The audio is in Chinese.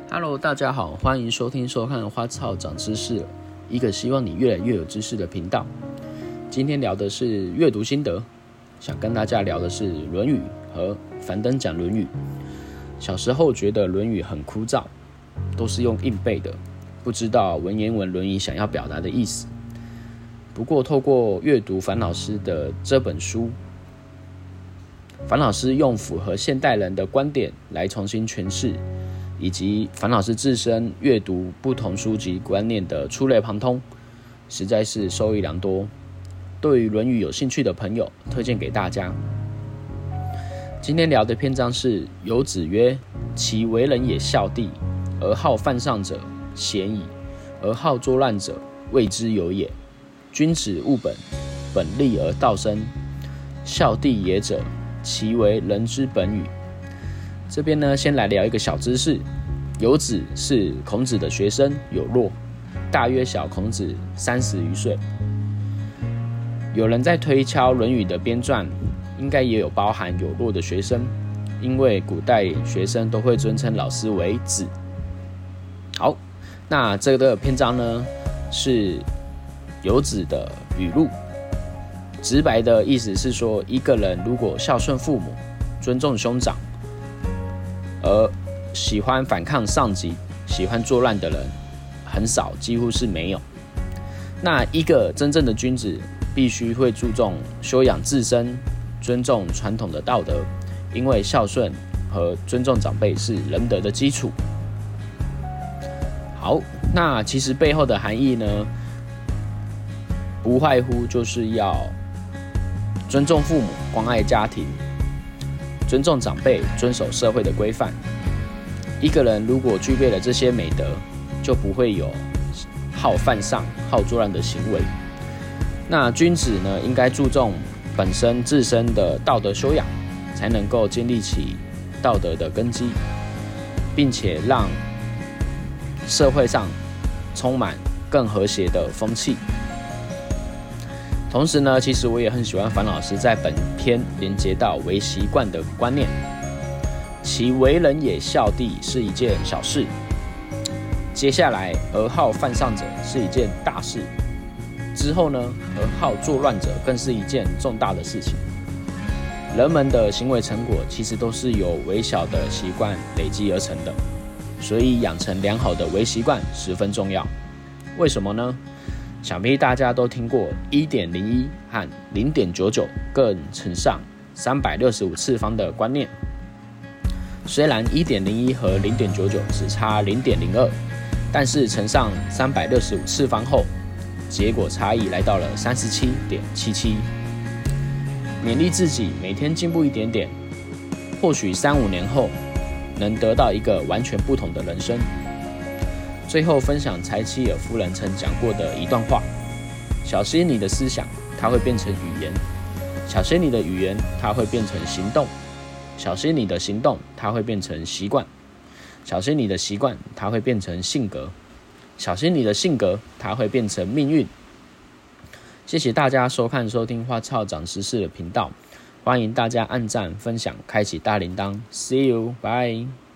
Hello， 大家好，欢迎收看花草长知识，一个希望你越来越有知识的频道。今天聊的是阅读心得，想跟大家聊的是《论语》和樊登讲《论语》。小时候觉得《论语》很枯燥，都是用硬背的，不知道文言文《论语》想要表达的意思。不过透过阅读樊老师的这本书，樊老师用符合现代人的观点来重新诠释，以及樊老师自身阅读不同书籍观念的触类旁通，实在是受益良多。对于《论语》有兴趣的朋友，推荐给大家。今天聊的篇章是有子曰：其为人也孝悌，而好犯上者，鲜矣；而好作乱者，谓之有也。君子务本，本立而道生。孝悌也者，其为人之本与。这边呢，先来聊一个小知识。有子是孔子的学生有洛，大约小孔子30余岁。有人在推敲《论语》的编撰，应该也有包含有洛的学生，因为古代学生都会尊称老师为子。好，那这个篇章呢，是有子的语录。直白的意思是说，一个人如果孝顺父母，尊重兄长，而喜欢反抗上级、喜欢作乱的人很少，几乎是没有。那一个真正的君子必须会注重修养自身，尊重传统的道德，因为孝顺和尊重长辈是仁德的基础。好，那其实背后的含义呢，不外乎就是要尊重父母，关爱家庭，尊重长辈，遵守社会的规范。一个人如果具备了这些美德，就不会有好犯上、好作乱的行为。那君子呢，应该注重本身自身的道德修养，才能够建立起道德的根基，并且让社会上充满更和谐的风气。同时呢，其实我也很喜欢樊老师在本篇连接到为习惯的观念。其为人也孝悌是一件小事，接下来而好犯上者是一件大事，之后呢，而好作乱者更是一件重大的事情。人们的行为成果其实都是由微小的习惯累积而成的，所以养成良好的微习惯十分重要。为什么呢？想必大家都听过 1.01 和 0.99 各乘上365次方的观念。虽然 1.01 和 0.99 只差 0.02， 但是乘上365次方后，结果差异来到了 37.77。 勉励自己每天进步一点点，或许3-5年后能得到一个完全不同的人生。最后分享柴契尔夫人曾讲过的一段话：小心你的思想，它会变成语言；小心你的语言，它会变成行动；小心你的行动，它会变成习惯；小心你的习惯，它会变成性格；小心你的性格，它会变成命运。谢谢大家收听花草长知识的频道，欢迎大家按赞、分享、开启大铃铛。See you， bye。